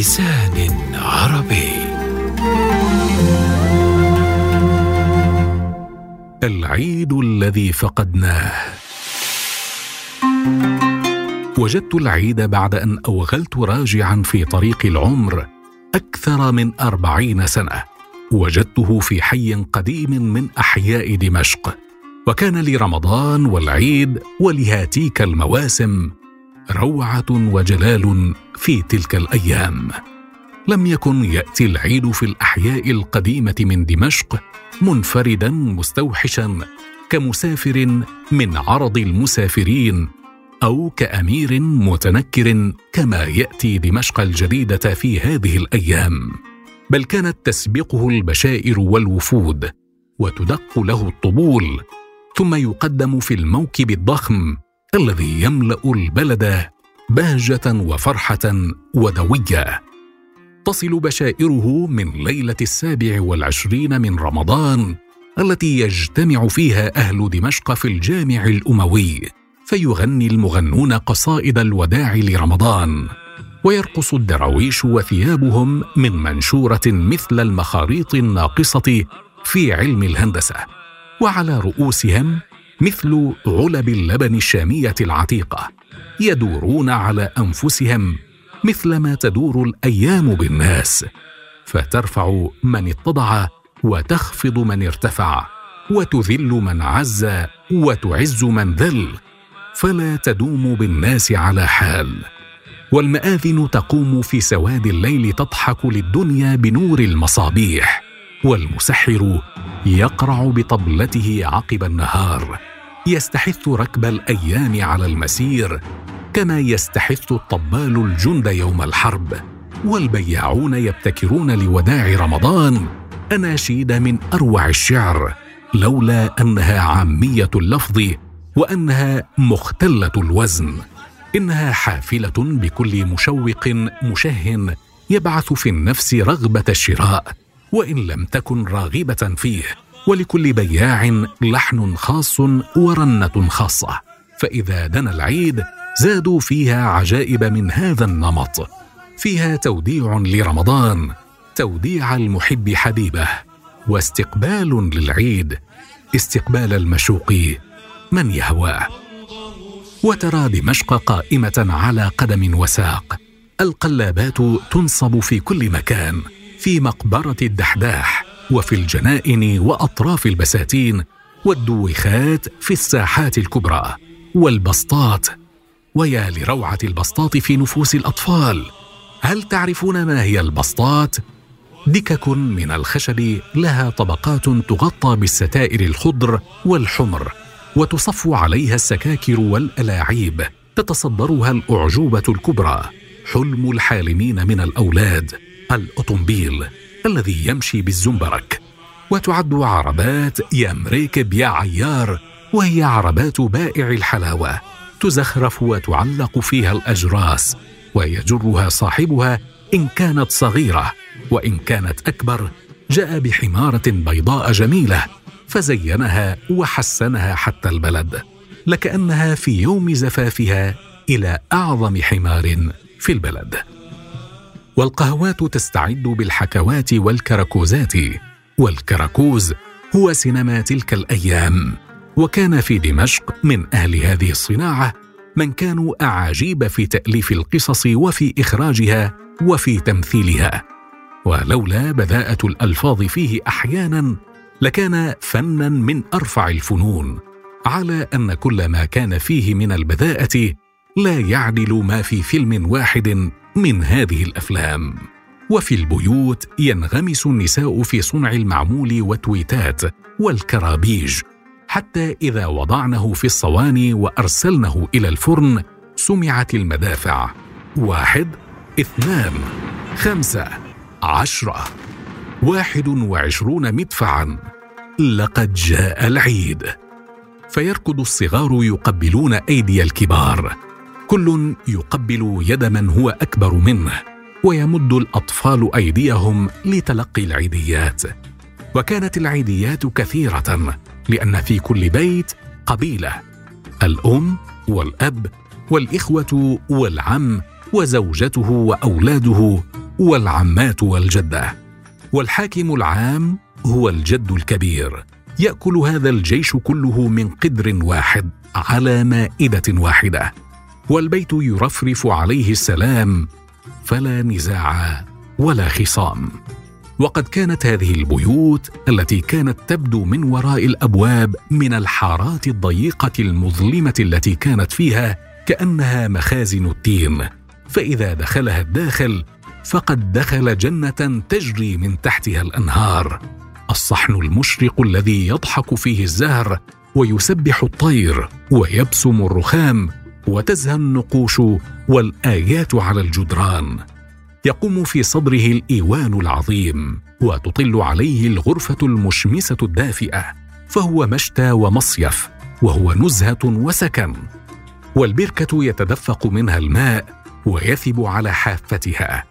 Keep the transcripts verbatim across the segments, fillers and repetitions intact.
بلسان عربي. العيد الذي فقدناه. وجدت العيد بعد أن أوغلت راجعا في طريق العمر أكثر من أربعين سنة. وجدته في حي قديم من أحياء دمشق، وكان لرمضان والعيد ولهاتيك المواسم روعة وجلال في تلك الأيام. لم يكن يأتي العيد في الأحياء القديمة من دمشق منفردا مستوحشا كمسافر من عرض المسافرين، أو كأمير متنكر كما يأتي دمشق الجديدة في هذه الأيام، بل كانت تسبقه البشائر والوفود وتدق له الطبول، ثم يقدم في الموكب الضخم الذي يملأ البلد بهجة وفرحة ودوية. تصل بشائره من ليلة السابع والعشرين من رمضان التي يجتمع فيها أهل دمشق في الجامع الأموي، فيغني المغنون قصائد الوداع لرمضان، ويرقص الدراويش وثيابهم من منشورة مثل المخاريط الناقصة في علم الهندسة، وعلى رؤوسهم مثل علب اللبن الشامية العتيقة، يدورون على أنفسهم مثلما تدور الأيام بالناس، فترفع من اتضع وتخفض من ارتفع، وتذل من عز وتعز من ذل، فلا تدوم بالناس على حال. والمآذن تقوم في سواد الليل تضحك للدنيا بنور المصابيح، والمسحر يقرع بطبلته عقب النهار، يستحث ركب الأيام على المسير كما يستحث الطبال الجند يوم الحرب. والبياعون يبتكرون لوداع رمضان أناشيد من أروع الشعر، لولا أنها عامية اللفظ وأنها مختلة الوزن. إنها حافلة بكل مشوق مشه يبعث في النفس رغبة الشراء وإن لم تكن راغبة فيه، ولكل بياع لحن خاص ورنة خاصة. فإذا دنا العيد زادوا فيها عجائب من هذا النمط، فيها توديع لرمضان، توديع المحب حبيبه، واستقبال للعيد، استقبال المشوق من يهواه. وترى دمشق قائمة على قدم وساق، القلابات تنصب في كل مكان، في مقبرة الدحداح وفي الجنائن وأطراف البساتين، والدوخات في الساحات الكبرى، والبسطات، ويا لروعة البسطات في نفوس الأطفال. هل تعرفون ما هي البسطات؟ دكك من الخشب لها طبقات تغطى بالستائر الخضر والحمر، وتصف عليها السكاكر والألاعيب، تتصدرها الأعجوبة الكبرى، حلم الحالمين من الأولاد، الأوتومبيل الذي يمشي بالزنبرك. وتعد عربات يا مركب يا عيار، وهي عربات بائع الحلاوة، تزخرف وتعلق فيها الأجراس، ويجرها صاحبها إن كانت صغيرة، وإن كانت أكبر جاء بحمارة بيضاء جميلة فزينها وحسنها حتى البلد، لكأنها في يوم زفافها إلى أعظم حمار في البلد. والقهوات تستعد بالحكوات والكراكوزات، والكراكوز هو سينما تلك الأيام. وكان في دمشق من أهل هذه الصناعة من كانوا أعاجيب في تأليف القصص وفي إخراجها وفي تمثيلها، ولولا بذاءة الألفاظ فيه أحيانا لكان فنا من أرفع الفنون، على أن كل ما كان فيه من البذاءة لا يعدل ما في فيلم واحد من هذه الأفلام. وفي البيوت ينغمس النساء في صنع المعمول والتويتات والكرابيج، حتى إذا وضعنه في الصواني وأرسلنه إلى الفرن سمعت المدافع: واحد، اثنان، خمسة، عشرة، واحد وعشرون مدفعا، لقد جاء العيد. فيركض الصغار يقبلون أيدي الكبار، كل يقبل يد من هو أكبر منه، ويمد الأطفال أيديهم لتلقي العيديات. وكانت العيديات كثيرة، لأن في كل بيت قبيلة، الأم والأب والإخوة والعم وزوجته وأولاده والعمات والجدة، والحاكم العام هو الجد الكبير. يأكل هذا الجيش كله من قدر واحد على مائدة واحدة، والبيت يرفرف عليه السلام، فلا نزاع ولا خصام. وقد كانت هذه البيوت التي كانت تبدو من وراء الأبواب من الحارات الضيقة المظلمة التي كانت فيها كأنها مخازن التين، فإذا دخلها الداخل فقد دخل جنة تجري من تحتها الأنهار، الصحن المشرق الذي يضحك فيه الزهر ويسبح الطير ويبسم الرخام وتزهى النقوش والآيات على الجدران. يقوم في صدره الإيوان العظيم وتطل عليه الغرفة المشمسة الدافئة، فهو مشتى ومصيف، وهو نزهة وسكن. والبركة يتدفق منها الماء ويثب على حافتها.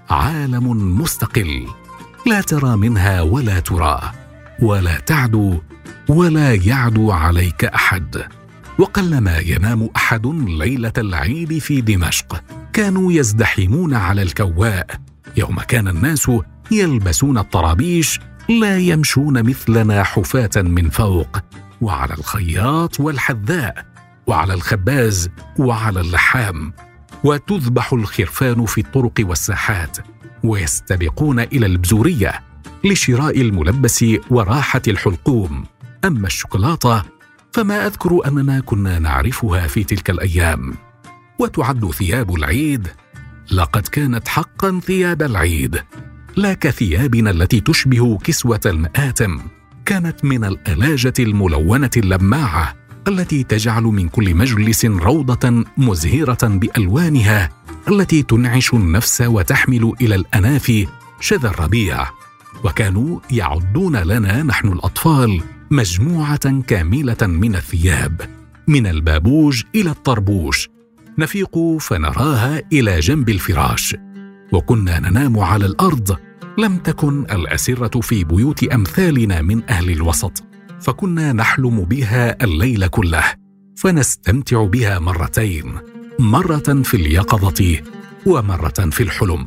عالم مستقل، لا ترى منها ولا ترى، ولا تعدو ولا يعدو عليك أحد. وقلما ينام أحد ليلة العيد في دمشق، كانوا يزدحمون على الكواء، يوم كان الناس يلبسون الطرابيش لا يمشون مثلنا حفاة من فوق، وعلى الخياط والحذاء، وعلى الخباز وعلى اللحام، وتذبح الخرفان في الطرق والساحات، ويستبقون إلى البزورية لشراء الملبس وراحة الحلقوم. أما الشوكولاتة فما أذكر أننا كنا نعرفها في تلك الأيام. وتعد ثياب العيد، لقد كانت حقا ثياب العيد، لا كثيابنا التي تشبه كسوة المآتم. كانت من الألاجة الملونة اللماعة التي تجعل من كل مجلس روضة مزهرة بألوانها التي تنعش النفس وتحمل إلى الأناف شذا الربيع. وكانوا يعدون لنا نحن الأطفال مجموعة كاملة من الثياب، من البابوج إلى الطربوش، نفيق فنراها إلى جنب الفراش. وكنا ننام على الأرض. لم تكن الأسرة في بيوت أمثالنا من أهل الوسط، فكنا نحلم بها الليل كله، فنستمتع بها مرتين، مرة في اليقظة ومرة في الحلم.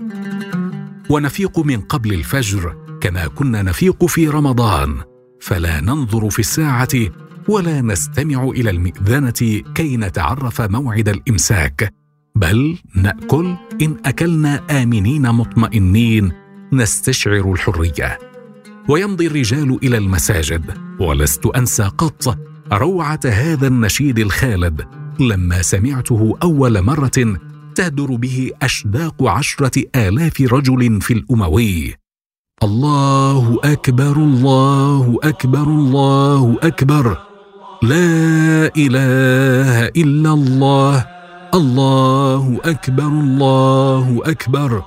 ونفيق من قبل الفجر كما كنا نفيق في رمضان، فلا ننظر في الساعة ولا نستمع إلى المئذنة كي نتعرف موعد الإمساك، بل نأكل إن أكلنا آمنين مطمئنين نستشعر الحرية. ويمضي الرجال إلى المساجد، ولست أنسى قط روعة هذا النشيد الخالد لما سمعته أول مرة تهدر به أشداق عشرة آلاف رجل في الأموي. الله أكبر الله أكبر الله أكبر، لا إله إلا الله، الله أكبر الله أكبر،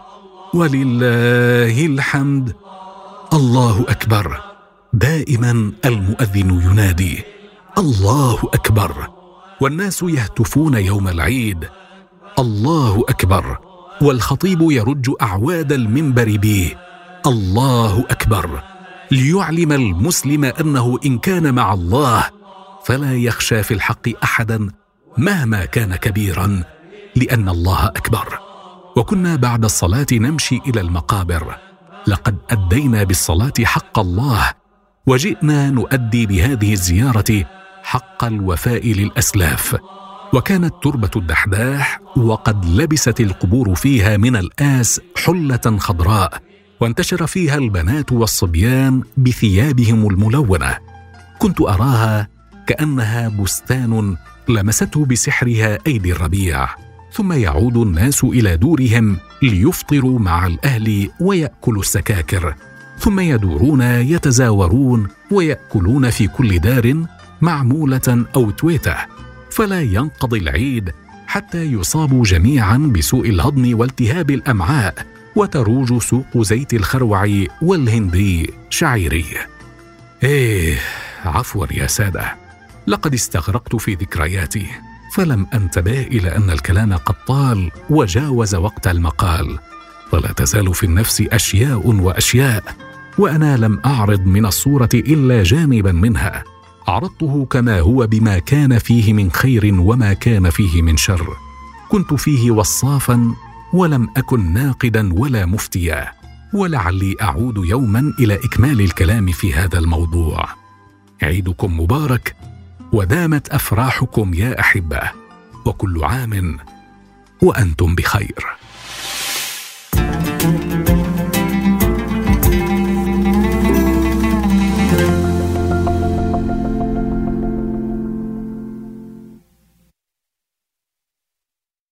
ولله الحمد، الله أكبر. دائما المؤذن ينادي الله أكبر، والناس يهتفون يوم العيد الله أكبر، والخطيب يرج أعواد المنبر به الله أكبر، ليعلم المسلم أنه إن كان مع الله فلا يخشى في الحق أحدا مهما كان كبيرا، لأن الله أكبر. وكنا بعد الصلاة نمشي إلى المقابر، لقد أدينا بالصلاة حق الله، وجئنا نؤدي بهذه الزيارة حق الوفاء للأسلاف. وكانت تربة الدحداح وقد لبست القبور فيها من الآس حلة خضراء، وانتشر فيها البنات والصبيان بثيابهم الملونة. كنت أراها كأنها بستان لمسته بسحرها أيدي الربيع. ثم يعود الناس إلى دورهم ليفطروا مع الأهل ويأكلوا السكاكر، ثم يدورون يتزاورون ويأكلون في كل دار معمولة أو تويتة، فلا ينقضي العيد حتى يصابوا جميعا بسوء الهضم والتهاب الأمعاء، وتروج سوق زيت الخروع والهندي شعيري. إيه، عفوا يا سادة، لقد استغرقت في ذكرياتي، فلم أنتبه إلى أن الكلام قد طال وجاوز وقت المقال، ولا تزال في النفس أشياء وأشياء، وأنا لم أعرض من الصورة إلا جانبا منها، عرضته كما هو بما كان فيه من خير وما كان فيه من شر. كنت فيه وصافا ولم أكن ناقدا ولا مفتيا، ولعلي أعود يوما إلى إكمال الكلام في هذا الموضوع. عيدكم مبارك، ودامت أفراحكم يا أحبة، وكل عام وأنتم بخير.